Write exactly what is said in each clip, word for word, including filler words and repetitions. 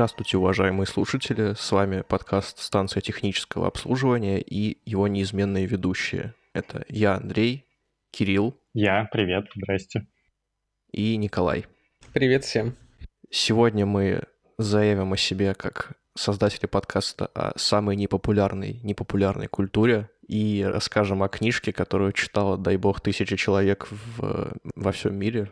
Здравствуйте, уважаемые слушатели, с вами подкаст «Станция технического обслуживания» и его неизменные ведущие. Это я, Андрей, Кирилл Я, привет, здрасте. и Николай. Привет всем. Сегодня мы заявим о себе как создатели подкаста о самой непопулярной, непопулярной культуре и расскажем о книжке, которую читало, дай бог, тысячи человек в, во всем мире.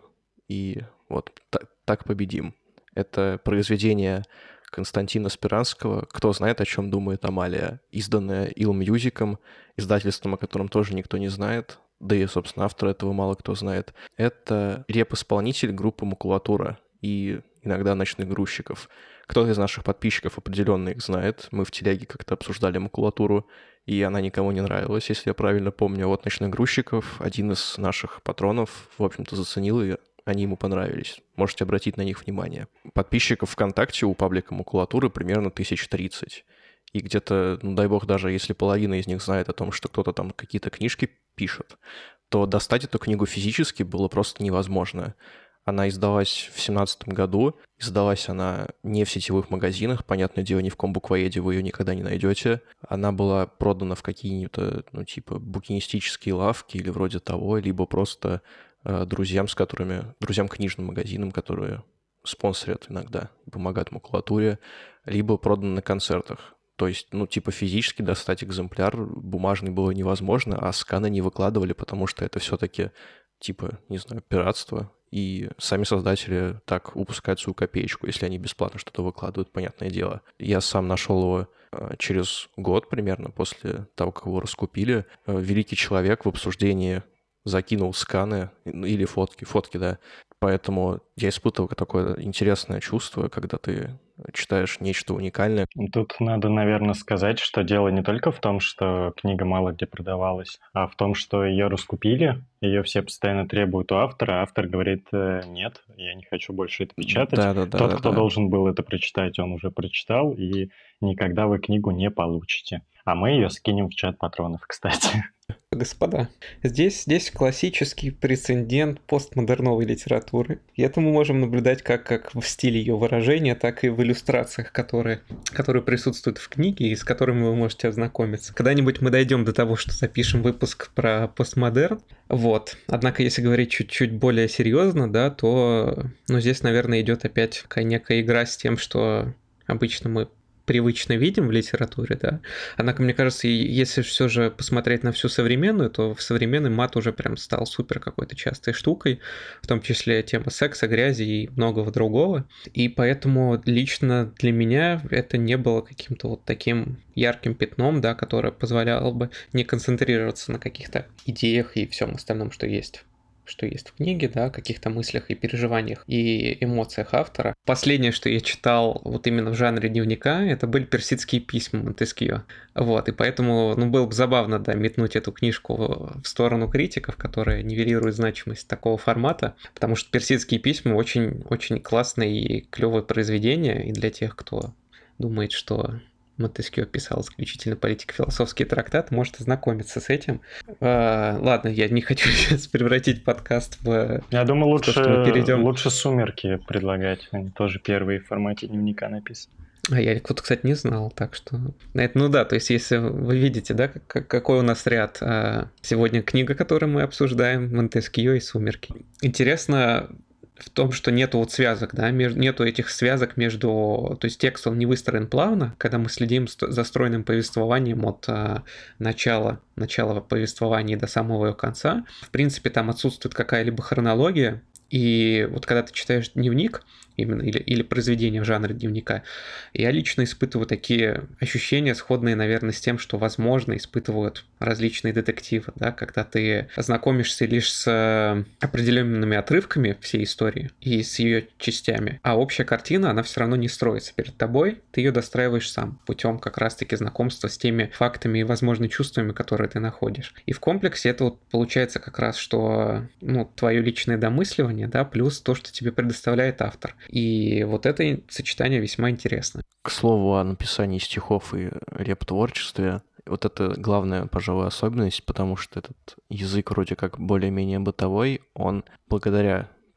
И вот та- так победим. Это произведение Константина Спиранского «Кто знает, о чем думает Амалия», изданное Ил-Мьюзиком, издательством, о котором тоже никто не знает, да и, собственно, автора этого мало кто знает. Это реп-исполнитель группы «Макулатура» и иногда «Ночных грузчиков». Кто-то из наших подписчиков определенно их знает. Мы в телеге как-то обсуждали «Макулатуру», и она никому не нравилась, если я правильно помню. А вот «Ночных грузчиков» один из наших патронов, в общем-то, заценил ее. Они ему понравились. Можете обратить на них внимание. Подписчиков ВКонтакте у паблика «Макулатуры» примерно тысяч тридцать. И где-то, ну дай бог, даже если половина из них знает о том, что кто-то там какие-то книжки пишет, то достать эту книгу физически было просто невозможно. Она издалась в семнадцатом году. Издалась она не в сетевых магазинах. Понятное дело, ни в комбуквоеде вы ее никогда не найдете. Она была продана в какие-то, ну, типа, букинистические лавки или вроде того, либо просто э, друзьям, с которыми... друзьям книжным магазинам, которые спонсорят иногда, помогают макулатуре, либо продана на концертах. То есть, ну, типа, физически достать экземпляр бумажный было невозможно, а сканы не выкладывали, потому что это все-таки, типа, не знаю, пиратство. И сами создатели так упускают свою копеечку, если они бесплатно что-то выкладывают, понятное дело. Я сам нашел его э, через год примерно после того, как его раскупили. Э, великий человек в обсуждении закинул сканы ну, или фотки, фотки, да. Поэтому я испытывал такое интересное чувство, когда ты читаешь нечто уникальное. Тут надо, наверное, сказать, что дело не только в том, что книга мало где продавалась, а в том, что ее раскупили, ее все постоянно требуют у автора, а автор говорит, «Э, нет, я не хочу больше это печатать». Да, да, да, Тот, да, кто да. должен был это прочитать, он уже прочитал, и никогда вы книгу не получите. А мы ее скинем в чат патронов, кстати. Господа, здесь, здесь классический прецедент постмодерновой литературы. И это мы можем наблюдать как, как в стиле ее выражения, так и в иллюстрациях, которые, которые присутствуют в книге и с которыми вы можете ознакомиться. Когда-нибудь мы дойдем до того, что запишем выпуск про постмодерн. Вот. Однако, если говорить чуть-чуть более серьезно, да, то ну, здесь, наверное, идет опять такая некая игра с тем, что обычно мы привычно видим в литературе, да. Однако, мне кажется, если все же посмотреть на всю современную, то в современный мат уже прям стал супер какой-то частой штукой, в том числе тема секса, грязи и многого другого. И поэтому лично для меня это не было каким-то вот таким ярким пятном, да, которое позволяло бы не концентрироваться на каких-то идеях и всем остальном, что есть что есть в книге, да, каких-то мыслях и переживаниях и эмоциях автора. Последнее, что я читал вот именно в жанре дневника, это были персидские письма Монтескьё. Вот, и поэтому, ну, было бы забавно, да, метнуть эту книжку в сторону критиков, которые нивелируют значимость такого формата, потому что персидские письма очень-очень классное и клевое произведение, и для тех, кто думает, что Монтескьё писал исключительно политико-философские трактаты, может ознакомиться с этим. А, ладно, я не хочу сейчас превратить подкаст в... Я думаю, в то, лучше, что мы перейдем... лучше «Сумерки» предлагать. Они тоже первые в формате дневника написаны. А я вот, кстати, не знал, так что... Это, ну да, то есть если вы видите, да, как, какой у нас ряд. А, сегодня книга, которую мы обсуждаем, Монтескьё и «Сумерки». Интересно в том, что нету вот связок, да, между, нету этих связок между... То есть текст, он не выстроен плавно, когда мы следим за стройным повествованием от а, начала, начала повествования до самого ее конца. В принципе, там отсутствует какая-либо хронология, и вот когда ты читаешь дневник, именно, или, или произведение в жанре дневника, я лично испытываю такие ощущения, сходные, наверное, с тем, что, возможно, испытывают различные детективы, да, когда ты знакомишься лишь с определенными отрывками всей истории и с ее частями, а общая картина, она все равно не строится перед тобой, ты ее достраиваешь сам путем как раз-таки знакомства с теми фактами и, возможно, чувствами, которые ты находишь. И в комплексе это вот получается как раз, что, ну, твое личное домысливание, да, плюс то, что тебе предоставляет автор. И вот это сочетание весьма интересно. К слову о написании стихов и реп-творчестве, вот это главная, пожалуй, особенность, потому что этот язык вроде как более-менее бытовой, он благодаря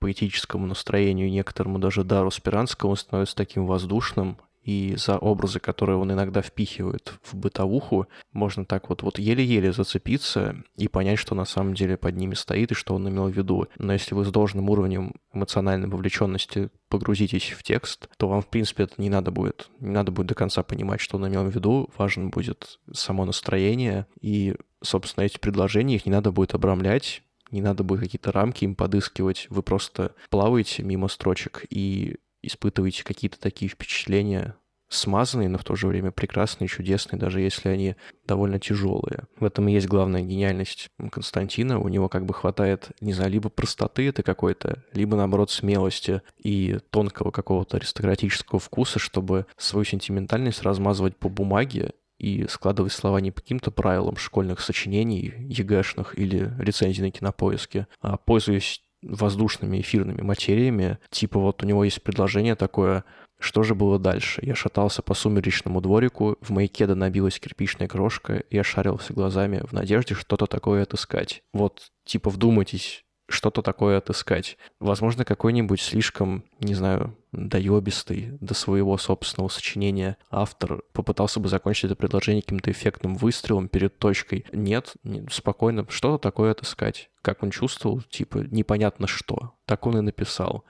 поэтическому настроению, некоторому даже дару Спиранского становится таким воздушным, и за образы, которые он иногда впихивает в бытовуху, можно так вот, вот еле-еле зацепиться и понять, что на самом деле под ними стоит и что он имел в виду. Но если вы с должным уровнем эмоциональной вовлеченности погрузитесь в текст, то вам, в принципе, это не надо будет. Не надо будет до конца понимать, что он имел в виду. Важно будет само настроение. И, собственно, эти предложения, их не надо будет обрамлять, не надо будет какие-то рамки им подыскивать. Вы просто плаваете мимо строчек и испытываете какие-то такие впечатления, смазанные, но в то же время прекрасные, чудесные, даже если они довольно тяжелые. В этом и есть главная гениальность Константина. У него как бы хватает, не знаю, либо простоты это какой-то, либо, наоборот, смелости и тонкого какого-то аристократического вкуса, чтобы свою сентиментальность размазывать по бумаге и складывать слова не по каким-то правилам школьных сочинений, ЕГЭшных или рецензий на Кинопоиске, а пользуясь воздушными эфирными материями. Типа вот у него есть предложение такое: что же было дальше? Я шатался по сумеречному дворику, в мои кеды набилась кирпичная крошка, и я шарился глазами в надежде что-то такое отыскать. Вот, типа, вдумайтесь, что-то такое отыскать. Возможно, какой-нибудь слишком, не знаю, доебистый до своего собственного сочинения автор попытался бы закончить это предложение каким-то эффектным выстрелом перед точкой. Нет, не, спокойно, что-то такое отыскать. Как он чувствовал, типа, непонятно что. Так он и написал.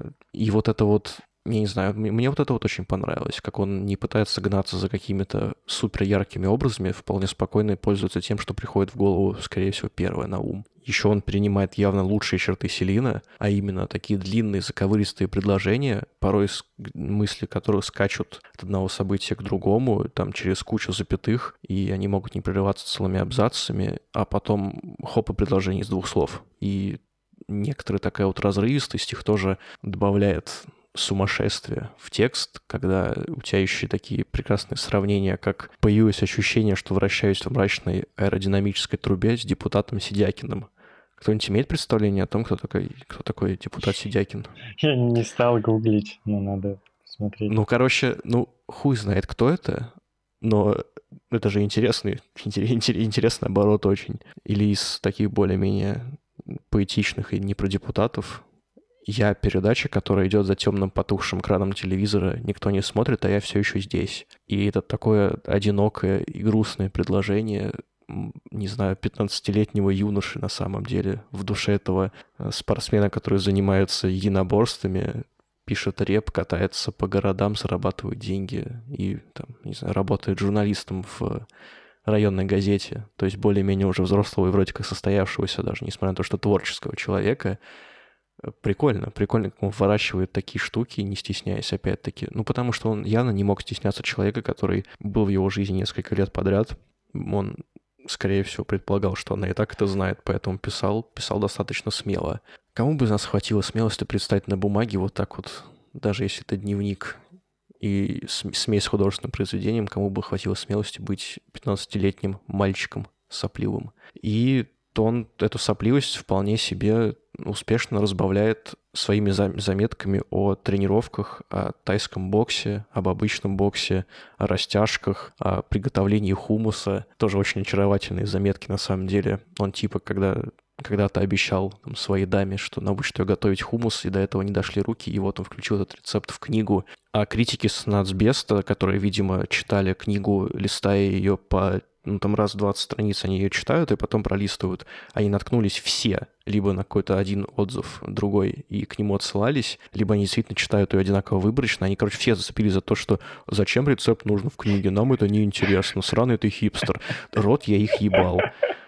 И вот это вот, я не знаю, мне вот это вот очень понравилось, как он не пытается гнаться за какими-то супер яркими образами, вполне спокойно пользуется тем, что приходит в голову, скорее всего, первое на ум. Еще он принимает явно лучшие черты Селина, а именно такие длинные заковыристые предложения, порой мысли которых скачут от одного события к другому, там через кучу запятых, и они могут не прерываться целыми абзацами, а потом хоп, и предложение из двух слов. И некоторая такая вот разрывистость их тоже добавляет сумасшествие в текст, когда у тебя еще такие прекрасные сравнения, как появилось ощущение, что вращаюсь в мрачной аэродинамической трубе с депутатом Сидякиным. Кто-нибудь имеет представление о том, кто такой, кто такой депутат Сидякин? Я не стал гуглить, но надо посмотреть. Ну, короче, ну, хуй знает, кто это, но это же интересный, интересный оборот очень. Или из таких более-менее поэтичных и не про депутатов. Я передача, которая идет за темным потухшим экраном телевизора, никто не смотрит, а я все еще здесь. И это такое одинокое и грустное предложение, не знаю, пятнадцатилетнего юноши на самом деле, в душе этого спортсмена, который занимается единоборствами, пишет реп, катается по городам, зарабатывает деньги и, там, не знаю, работает журналистом в районной газете, то есть более-менее уже взрослого и вроде как состоявшегося даже, несмотря на то, что творческого человека. Прикольно, прикольно, как он выращивает такие штуки, не стесняясь, опять-таки. Ну, потому что он явно не мог стесняться человека, который был в его жизни несколько лет подряд. Он, скорее всего, предполагал, что она и так это знает, поэтому писал, писал достаточно смело. Кому бы из нас хватило смелости представить на бумаге вот так вот, даже если это дневник и смесь с художественным произведением, кому бы хватило смелости быть пятнадцатилетним мальчиком сопливым. И то он эту сопливость вполне себе успешно разбавляет своими заметками о тренировках, о тайском боксе, об обычном боксе, о растяжках, о приготовлении хумуса. Тоже очень очаровательные заметки на самом деле. Он типа, когда когда-то обещал там, своей даме, что научит ее готовить хумус, и до этого не дошли руки, и вот он включил этот рецепт в книгу. А критики с Нацбеста, которые, видимо, читали книгу, листая ее по ну, там раз в двадцать страниц они ее читают и потом пролистывают. Они наткнулись все либо на какой-то один отзыв, другой, и к нему отсылались, либо они действительно читают ее одинаково выборочно. Они, короче, все зацепились за то, что зачем рецепт нужен в книге, нам это неинтересно, сраный ты хипстер, рот я их ебал.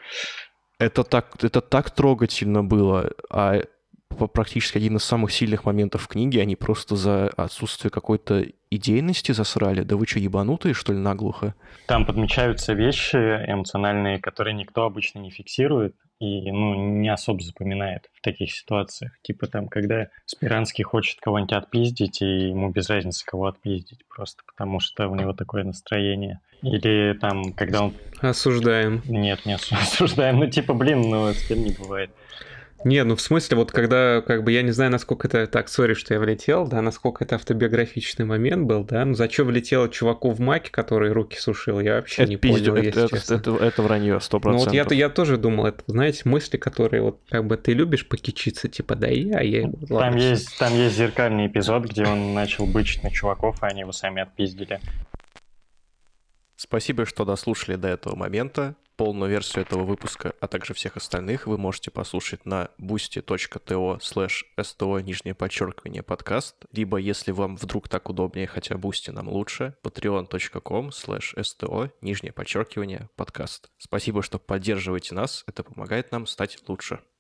Это так, это так трогательно было, а практически один из самых сильных моментов в книге, они просто за отсутствие какой-то идейности засрали. Да вы что, ебанутые, что ли, наглухо? Там подмечаются вещи эмоциональные, которые никто обычно не фиксирует и ну, не особо запоминает в таких ситуациях. Типа там, когда Спиранский хочет кого-нибудь отпиздить, и ему без разницы, кого отпиздить, просто потому что у него такое настроение. Или там, когда он... Осуждаем. Нет, не осуждаем. Ну, типа, блин, ну, с кем не бывает. Не, ну в смысле, вот когда, как бы, я не знаю, насколько это, так, сори, что я влетел, да, насколько это автобиографичный момент был, да, ну за что влетел чуваку в маке, который руки сушил, я вообще Это не пиздю, понял, это, если это, честно. это, это вранье, сто Ну вот я, процентов. я тоже думал, это, знаете, мысли, которые вот, как бы, ты любишь покичиться, типа, да и я, я... Там ладно, всё. есть, там есть зеркальный эпизод, где он начал бычить на чуваков, а они его сами отпиздили. Спасибо, что дослушали до этого момента. Полную версию этого выпуска, а также всех остальных вы можете послушать на boosty.to slash sto нижнее подчеркивание подкаст, либо, если вам вдруг так удобнее, хотя Boosty нам лучше, patreon.com slash sto нижнее подчеркивание подкаст. Спасибо, что поддерживаете нас, это помогает нам стать лучше.